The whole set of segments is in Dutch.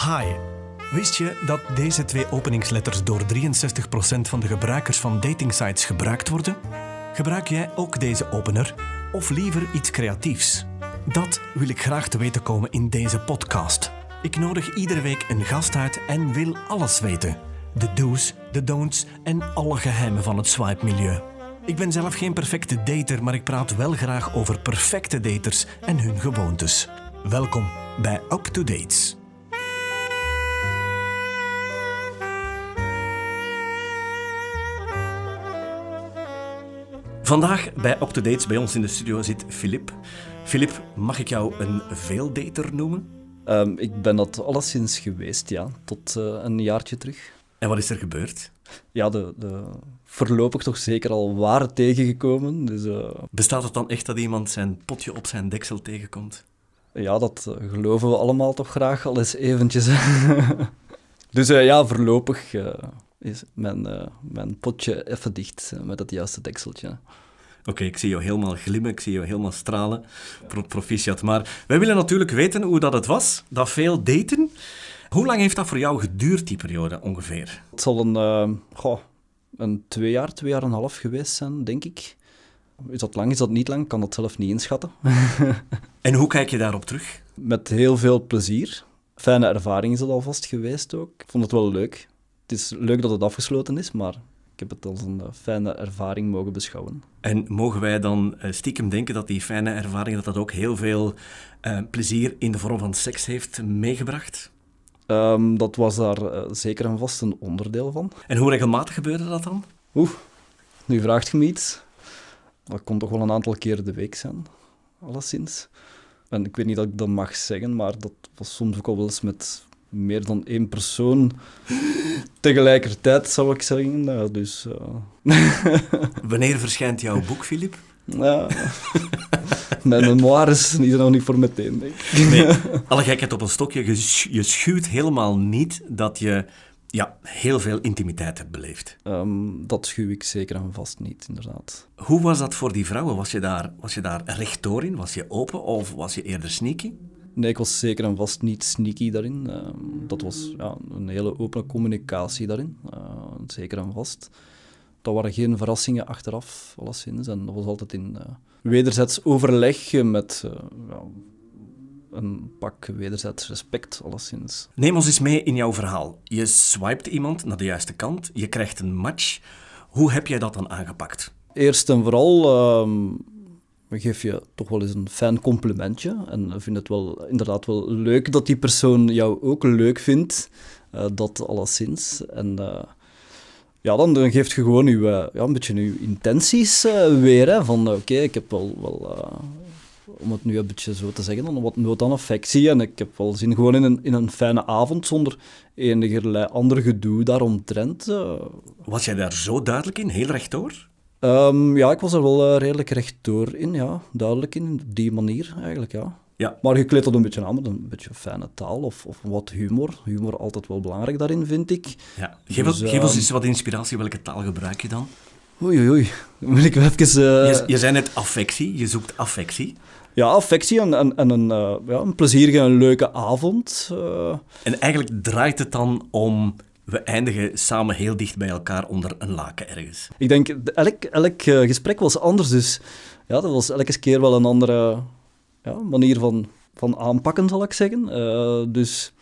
Hi. Wist je dat deze 2 openingsletters door 63% van de gebruikers van datingsites gebruikt worden? Gebruik jij ook deze opener of liever iets creatiefs? Dat wil ik graag te weten komen in deze podcast. Ik nodig iedere week een gast uit en wil alles weten. De do's, de don'ts en alle geheimen van het swipe-milieu. Ik ben zelf geen perfecte dater, maar ik praat wel graag over perfecte daters en hun gewoontes. Welkom bij Up to Dates. Vandaag bij Up to Dates bij ons in de studio zit Filip. Filip, mag ik jou een veeldater noemen? Ik ben dat alleszins geweest, ja, tot een jaartje terug. En wat is er gebeurd? Ja, de voorlopig toch zeker al waren tegengekomen. Dus, Bestaat het dan echt dat iemand zijn potje op zijn deksel tegenkomt? ja, dat geloven we allemaal toch graag al eens eventjes. Dus ja, voorlopig is mijn potje even dicht met het juiste dekseltje. Oké, ik zie jou helemaal glimmen, ik zie jou helemaal stralen. Proficiat. Maar wij willen natuurlijk weten hoe dat het was, dat veel daten. Hoe lang heeft dat voor jou geduurd, die periode, ongeveer? Het zal een 2 jaar, 2,5 jaar geweest zijn, denk ik. Is dat lang, is dat niet lang? Ik kan dat zelf niet inschatten. En hoe kijk je daarop terug? Met heel veel plezier. Fijne ervaring is dat alvast geweest ook. Ik vond het wel leuk. Het is leuk dat het afgesloten is, maar ik heb het als een fijne ervaring mogen beschouwen. En mogen wij dan stiekem denken dat die fijne ervaring dat ook heel veel plezier in de vorm van seks heeft meegebracht? Dat was daar zeker en vast een onderdeel van. En hoe regelmatig gebeurde dat dan? Nu vraagt je me iets. Dat kon toch wel een aantal keren de week zijn, alleszins. En ik weet niet dat ik dat mag zeggen, maar dat was soms ook al wel eens met meer dan 1 persoon tegelijkertijd, zou ik zeggen. Dus, Wanneer verschijnt jouw boek, Filip? Ja, mijn memoires zijn nog niet voor meteen, denk ik. Nee, alle gekheid op een stokje. Je schuwt helemaal niet dat je heel veel intimiteit hebt beleefd. Dat schuw ik zeker en vast niet, inderdaad. Hoe was dat voor die vrouwen? Was je daar rechtdoor in? Was je open of was je eerder sneaky? Nee, ik was zeker en vast niet sneaky daarin. Dat was een hele opene communicatie daarin, zeker en vast. Dat waren geen verrassingen achteraf, alleszins. En dat was altijd in wederzijds overleg met een pak wederzijds respect, alleszins. Neem ons eens mee in jouw verhaal. Je swipet iemand naar de juiste kant, je krijgt een match. Hoe heb jij dat dan aangepakt? Eerst en vooral geef je toch wel eens een fijn complimentje. En vind het wel inderdaad wel leuk dat die persoon jou ook leuk vindt. Dat alleszins. En dan geef je gewoon een beetje je intenties weer. Hè, van oké, ik heb wel om het nu een beetje zo te zeggen, dan wat nood aan affectie. En ik heb wel zin gewoon in een fijne avond zonder enigerlei ander gedoe daaromtrent. Was jij daar zo duidelijk in? Heel rechtdoor? Ja, ik was er wel redelijk rechtdoor in, ja. Duidelijk in, op die manier eigenlijk, ja. Ja. Maar je kleedt dat een beetje aan met een beetje fijne taal of wat humor. Humor altijd wel belangrijk daarin, vind ik. Ja. Geef ons eens wat inspiratie. Welke taal gebruik je dan? Oei. Dan moet ik even... Je zei net affectie. Je zoekt affectie. Ja, affectie en een plezierige en leuke avond. En eigenlijk draait het dan om... We eindigen samen heel dicht bij elkaar onder een laken ergens. Ik denk, elk gesprek was anders, dus ja, dat was elke keer wel een andere manier van aanpakken, zal ik zeggen. Dus...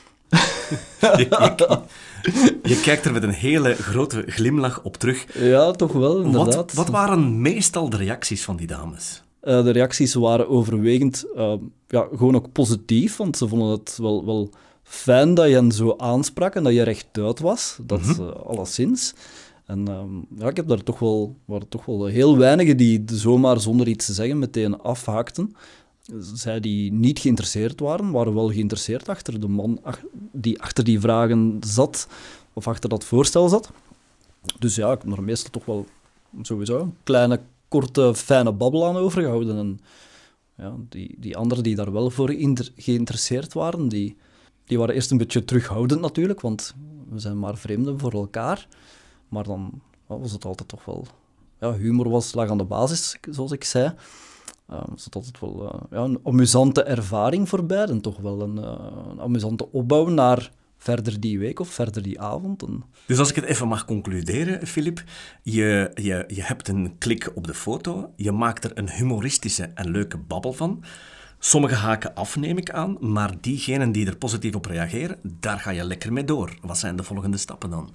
Je kijkt er met een hele grote glimlach op terug. Ja, toch wel, inderdaad. Wat waren meestal de reacties van die dames? De reacties waren overwegend gewoon ook positief, want ze vonden het wel fijn dat je hen zo aansprak en dat je rechtuit was. Dat alleszins. En ik heb daar waren toch wel heel weinigen die zomaar zonder iets te zeggen meteen afhaakten. Zij die niet geïnteresseerd waren wel geïnteresseerd achter de man die achter die vragen zat, of achter dat voorstel zat. Dus ja, ik heb er meestal toch wel sowieso een kleine, korte, fijne babbel aan overgehouden. En ja, die anderen die daar wel voor geïnteresseerd waren, die waren eerst een beetje terughoudend natuurlijk, want we zijn maar vreemden voor elkaar. Maar dan was het altijd toch wel humor lag aan de basis, zoals ik zei. Zat altijd wel een amusante ervaring voor beiden. Toch wel een amusante opbouw naar verder die week of verder die avond. Dus als ik het even mag concluderen, Filip, je hebt een klik op de foto, je maakt er een humoristische en leuke babbel van. Sommigen haken af, neem ik aan, maar diegenen die er positief op reageren, daar ga je lekker mee door. Wat zijn de volgende stappen dan?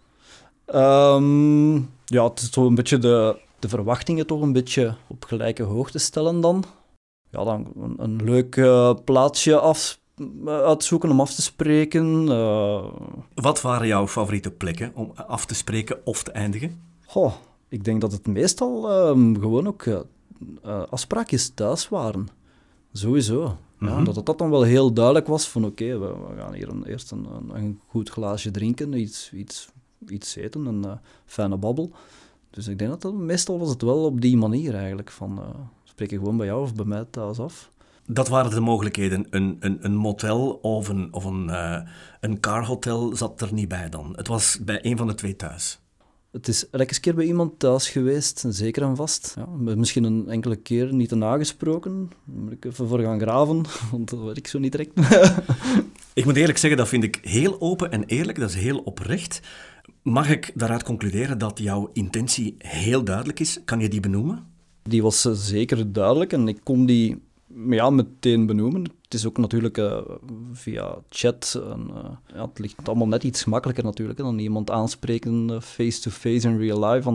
Het is toch een beetje de verwachtingen toch een beetje op gelijke hoogte stellen dan. Ja, dan een leuk plaatsje uitzoeken om af te spreken. Wat waren jouw favoriete plekken om af te spreken of te eindigen? Ik denk dat het meestal gewoon ook afspraakjes thuis waren. Sowieso. Ja, dat dan wel heel duidelijk was van oké, we gaan hier eerst een goed glaasje drinken, iets eten, een fijne babbel. Dus ik denk dat meestal was het wel op die manier eigenlijk, van spreek je gewoon bij jou of bij mij thuis af. Dat waren de mogelijkheden. Een motel of een carhotel zat er niet bij dan. Het was bij een van de twee thuis. Het is elke keer bij iemand thuis geweest, zeker en vast. Ja, misschien een enkele keer niet te nagesproken. Daar moet ik even voor gaan graven, want dat weet ik zo niet direct. Ik moet eerlijk zeggen, dat vind ik heel open en eerlijk. Dat is heel oprecht. Mag ik daaruit concluderen dat jouw intentie heel duidelijk is? Kan je die benoemen? Die was zeker duidelijk en ik kon die meteen benoemen. Het is ook natuurlijk via chat. Het ligt allemaal net iets makkelijker natuurlijk dan iemand aanspreken face-to-face in real life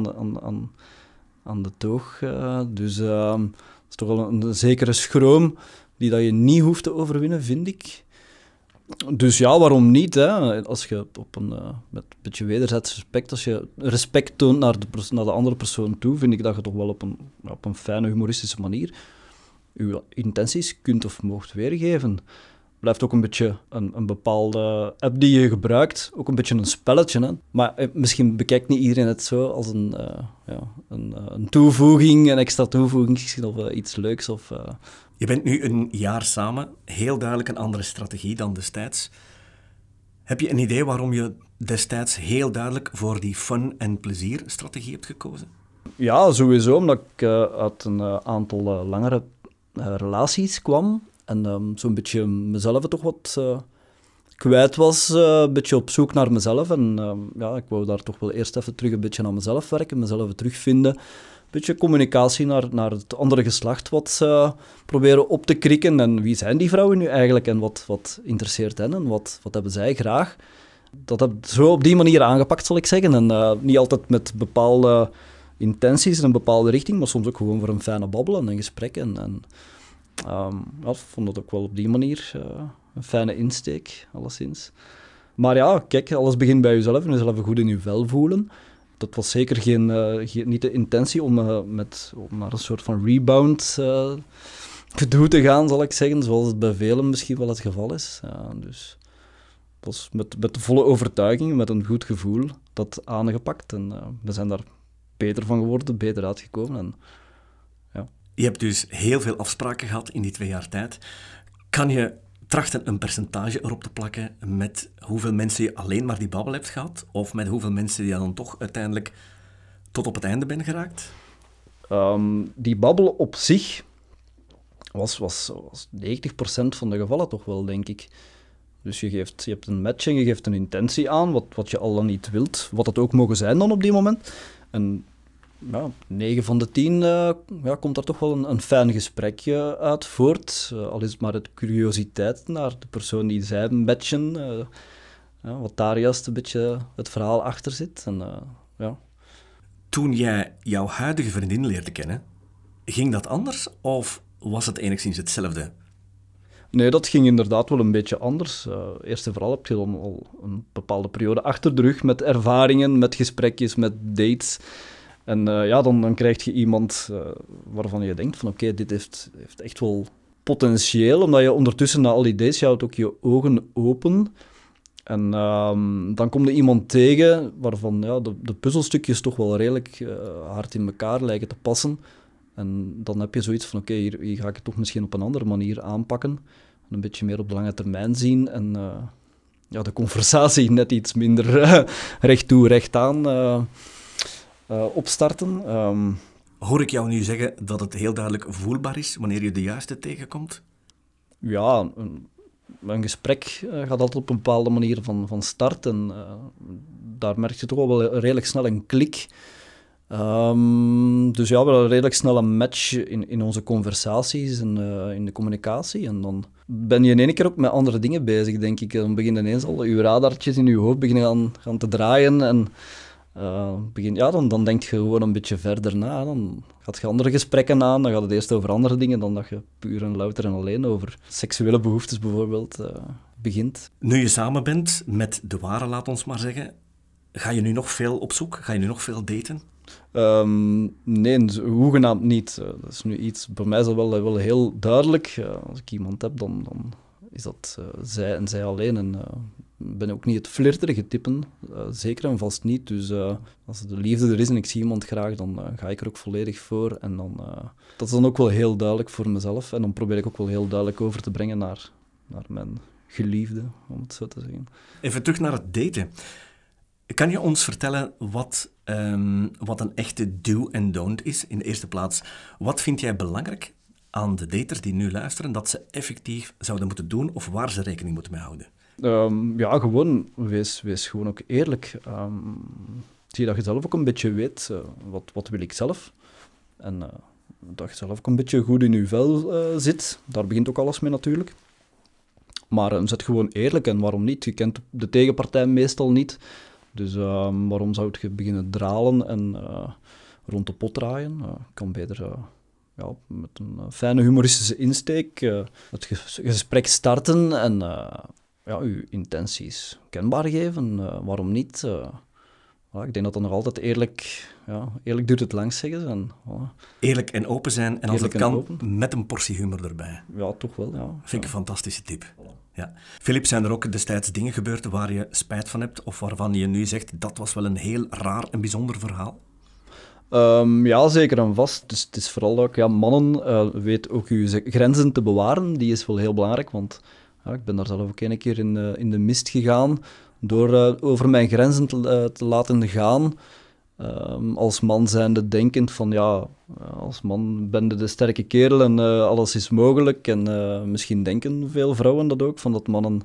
aan de toog. Dus het is toch wel een zekere schroom die dat je niet hoeft te overwinnen, vind ik. Dus ja, waarom niet? Hè? Als je met een beetje wederzijds respect, als je respect toont naar de andere persoon toe, vind ik dat je toch wel op een fijne, humoristische manier je intenties kunt of moogt weergeven. Blijft ook een beetje een bepaalde app die je gebruikt, ook een beetje een spelletje. Hè? Maar misschien bekijkt niet iedereen het zo als een toevoeging, een extra toevoeging of iets leuks. Je bent nu een jaar samen, heel duidelijk een andere strategie dan destijds. Heb je een idee waarom je destijds heel duidelijk voor die fun- en plezierstrategie hebt gekozen? Ja, sowieso, omdat ik uit een aantal langere relaties kwam en zo'n beetje mezelf toch wat kwijt was, een beetje op zoek naar mezelf. En ik wou daar toch wel eerst even terug een beetje aan mezelf werken, mezelf terugvinden. Een beetje communicatie naar het andere geslacht wat proberen op te krikken. En wie zijn die vrouwen nu eigenlijk en wat interesseert hen en wat hebben zij graag? Dat heb ik zo op die manier aangepakt, zal ik zeggen. En niet altijd met bepaalde intenties in een bepaalde richting, maar soms ook gewoon voor een fijne babbel en een gesprek. Ik vond dat ook wel op die manier een fijne insteek, alleszins. Maar ja, kijk, alles begint bij jezelf en jezelf goed in je vel voelen. Dat was zeker niet de intentie om naar een soort van rebound gedoe te gaan, zal ik zeggen, zoals het bij velen misschien wel het geval is. Dus het was met de volle overtuiging, met een goed gevoel, dat aangepakt. En we zijn daar beter van geworden, beter uitgekomen. En, ja. Je hebt dus heel veel afspraken gehad in die 2 jaar tijd. Kan je trachten een percentage erop te plakken met hoeveel mensen je alleen maar die babbel hebt gehad? Of met hoeveel mensen je dan toch uiteindelijk tot op het einde bent geraakt? Die babbel op zich was 90% van de gevallen toch wel, denk ik. Dus je hebt een match en je geeft een intentie aan, wat je al dan niet wilt, wat het ook mogen zijn dan op die moment. En 9 van de 10 komt daar toch wel een fijn gesprek uit voort. Al is het maar uit curiositeit naar de persoon die zij matchen. Wat daar juist een beetje het verhaal achter zit. Toen jij jouw huidige vriendin leerde kennen, ging dat anders of was het enigszins hetzelfde? Nee, dat ging inderdaad wel een beetje anders. Eerst en vooral heb je dan al een bepaalde periode achter de rug met ervaringen, met gesprekjes, met dates. En dan krijg je iemand waarvan je denkt van oké, dit heeft echt wel potentieel, omdat je ondertussen na al die dates, je houdt ook je ogen open. En dan komt er iemand tegen waarvan de puzzelstukjes toch wel redelijk hard in elkaar lijken te passen. En dan heb je zoiets van oké, hier ga ik het toch misschien op een andere manier aanpakken. En een beetje meer op de lange termijn zien. En de conversatie net iets minder recht toe, recht aan opstarten. Hoor ik jou nu zeggen dat het heel duidelijk voelbaar is wanneer je de juiste tegenkomt? Ja, een gesprek gaat altijd op een bepaalde manier van start en daar merk je toch wel redelijk snel een klik. Dus ja, wel een redelijk snel een match in onze conversaties en in de communicatie. En dan ben je in één keer ook met andere dingen bezig, denk ik. Dan beginnen ineens al je radartjes in je hoofd beginnen gaan te draaien en dan denk je gewoon een beetje verder na. Dan gaat je andere gesprekken aan, dan gaat het eerst over andere dingen dan dat je puur en louter en alleen over seksuele behoeftes bijvoorbeeld begint. Nu je samen bent met de ware, laat ons maar zeggen, ga je nu nog veel op zoek? Ga je nu nog veel daten? Nee, hoegenaamd niet. Dat is nu iets, voor mij is dat wel heel duidelijk. Als ik iemand heb, dan is dat zij en zij alleen. En ben ook niet het flirterige typen, zeker en vast niet. Dus als de liefde er is en ik zie iemand graag, dan ga ik er ook volledig voor. En dan, dat is dan ook wel heel duidelijk voor mezelf. En dan probeer ik ook wel heel duidelijk over te brengen naar mijn geliefde, om het zo te zeggen. Even terug naar het daten. Kan je ons vertellen wat een echte do en don't is? In de eerste plaats, wat vind jij belangrijk aan de daters die nu luisteren, dat ze effectief zouden moeten doen of waar ze rekening moeten mee houden? Ja, gewoon, wees gewoon ook eerlijk. Zie dat je zelf ook een beetje weet, wat wil ik zelf? En dat je zelf ook een beetje goed in je vel zit. Daar begint ook alles mee natuurlijk. Maar zet gewoon eerlijk en waarom niet? Je kent de tegenpartij meestal niet. Dus waarom zou je beginnen dralen en rond de pot draaien? Kan beter met een fijne humoristische insteek het gesprek starten en je intenties kenbaar geven. Waarom niet? Ik denk dat dat nog altijd eerlijk duurt het langst, zeggen ze. En, eerlijk en open zijn en als eerlijk het kan, open. met een portie humor erbij. Ja, toch wel. Ja. Vind ik een fantastische tip. Ja. Philip, zijn er ook destijds dingen gebeurd waar je spijt van hebt of waarvan je nu zegt dat was wel een heel raar en bijzonder verhaal? Ja, zeker en vast. Dus het is vooral ook, mannen weten ook je grenzen te bewaren. Die is wel heel belangrijk, want ik ben daar zelf ook een keer in de mist gegaan door over mijn grenzen te laten gaan. Als man zijnde denkend van als man ben je de sterke kerel en alles is mogelijk. En misschien denken veel vrouwen dat ook, van dat mannen...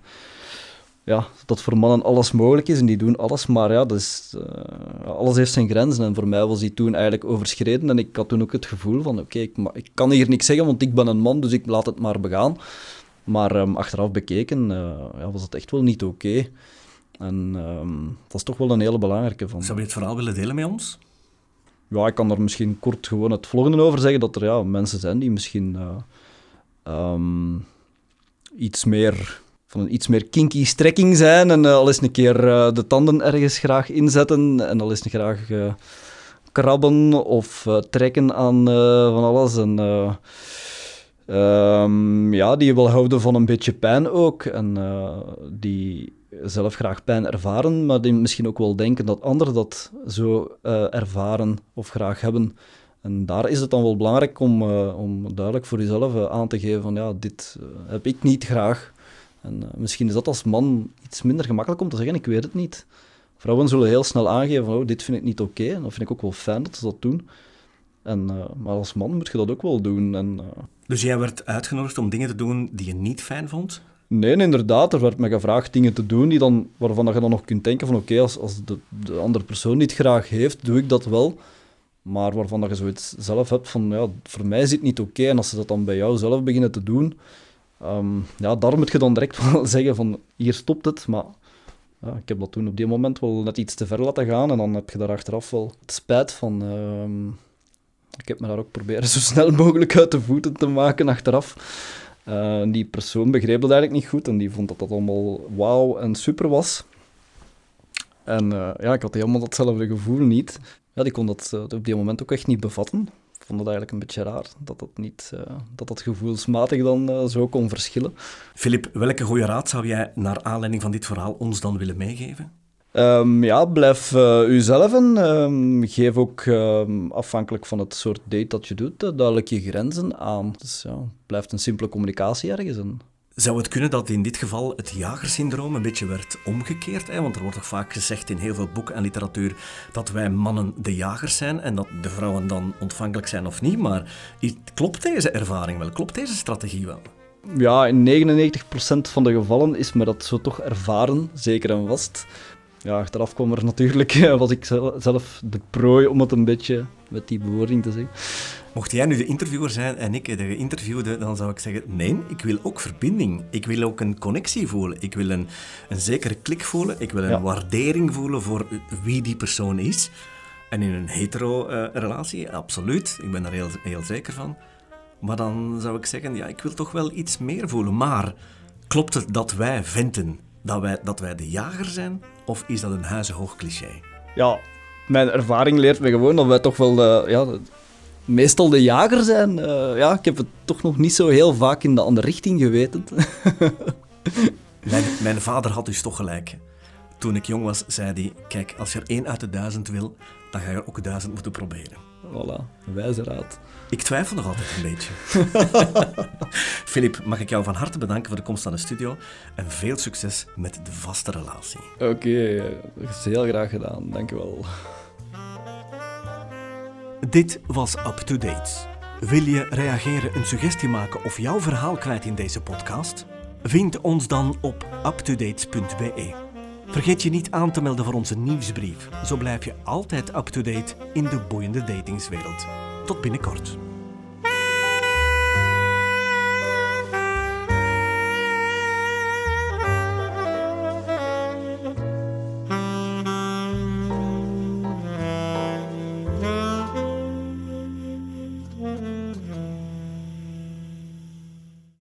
dat voor mannen alles mogelijk is en die doen alles, maar alles heeft zijn grenzen. En voor mij was die toen eigenlijk overschreden en ik had toen ook het gevoel van ik kan hier niks zeggen, want ik ben een man, dus ik laat het maar begaan. Maar achteraf bekeken was het echt wel niet oké. En dat is toch wel een hele belangrijke van. Zou je het verhaal willen delen met ons? Ja, ik kan er misschien kort gewoon het volgende over zeggen, dat er mensen zijn die misschien iets meer kinky strekking zijn en al eens een keer de tanden ergens graag inzetten en al eens graag krabben of trekken aan van alles. En die wel houden van een beetje pijn ook en die zelf graag pijn ervaren, maar die misschien ook wel denken dat anderen dat zo ervaren of graag hebben. En daar is het dan wel belangrijk om duidelijk voor jezelf aan te geven van dit heb ik niet graag. En misschien is dat als man iets minder gemakkelijk om te zeggen, ik weet het niet. Vrouwen zullen heel snel aangeven van dit vind ik niet oké. En dat vind ik ook wel fijn dat ze dat doen. Maar als man moet je dat ook wel doen. Dus jij werd uitgenodigd om dingen te doen die je niet fijn vond? Nee, inderdaad. Er werd me gevraagd dingen te doen waarvan je dan nog kunt denken van als de andere persoon niet graag heeft, doe ik dat wel. Maar waarvan dat je zoiets zelf hebt van voor mij is dit niet oké. En als ze dat dan bij jou zelf beginnen te doen, daar moet je dan direct wel zeggen van hier stopt het. Maar ik heb dat toen op die moment wel net iets te ver laten gaan. En dan heb je daar achteraf wel het spijt van. Ik heb me daar ook proberen zo snel mogelijk uit de voeten te maken achteraf. Die persoon begreep dat eigenlijk niet goed en die vond dat dat allemaal wauw en super was. En ik had helemaal datzelfde gevoel niet. Die kon dat op die moment ook echt niet bevatten. Ik vond het eigenlijk een beetje raar dat gevoelsmatig dan zo kon verschillen. Philip, welke goede raad zou jij naar aanleiding van dit verhaal ons dan willen meegeven? Blijf uzelf en geef ook afhankelijk van het soort date dat je doet, duidelijk je grenzen aan. Dus blijft een simpele communicatie ergens. Zou het kunnen dat in dit geval het jagersyndroom een beetje werd omgekeerd? Hè? Want er wordt toch vaak gezegd in heel veel boeken en literatuur dat wij mannen de jagers zijn en dat de vrouwen dan ontvankelijk zijn of niet. Maar klopt deze ervaring wel? Klopt deze strategie wel? Ja, in 99% van de gevallen is me dat zo toch ervaren, zeker en vast. Ja, achteraf kwam er natuurlijk, was ik zelf de prooi, om het een beetje met die bewoording te zeggen. Mocht jij nu de interviewer zijn en ik de geïnterviewde, dan zou ik zeggen, nee, ik wil ook verbinding. Ik wil ook een connectie voelen. Ik wil een zekere klik voelen. Ik wil een waardering voelen voor wie die persoon is. En in een hetero-relatie, absoluut. Ik ben daar heel zeker van. Maar dan zou ik zeggen, ja, ik wil toch wel iets meer voelen. Maar klopt het dat wij venten dat wij de jager zijn? Of is dat een huizenhoog cliché? Ja, mijn ervaring leert me gewoon dat wij toch wel meestal de jager zijn. Ik heb het toch nog niet zo heel vaak in de andere richting geweten. Mijn vader had dus toch gelijk. Toen ik jong was, zei hij, kijk, als je er 1 uit de 1000 wil, dan ga je er ook 1000 moeten proberen. Voilà, een wijze raad. Ik twijfel nog altijd een beetje. Filip, mag ik jou van harte bedanken voor de komst aan de studio en veel succes met de vaste relatie. Oké, dat is heel graag gedaan. Dank je wel. Dit was Up to Date. Wil je reageren, een suggestie maken of jouw verhaal kwijt in deze podcast? Vind ons dan op uptodates.be. Vergeet je niet aan te melden voor onze nieuwsbrief. Zo blijf je altijd up-to-date in de boeiende datingswereld. Tot binnenkort.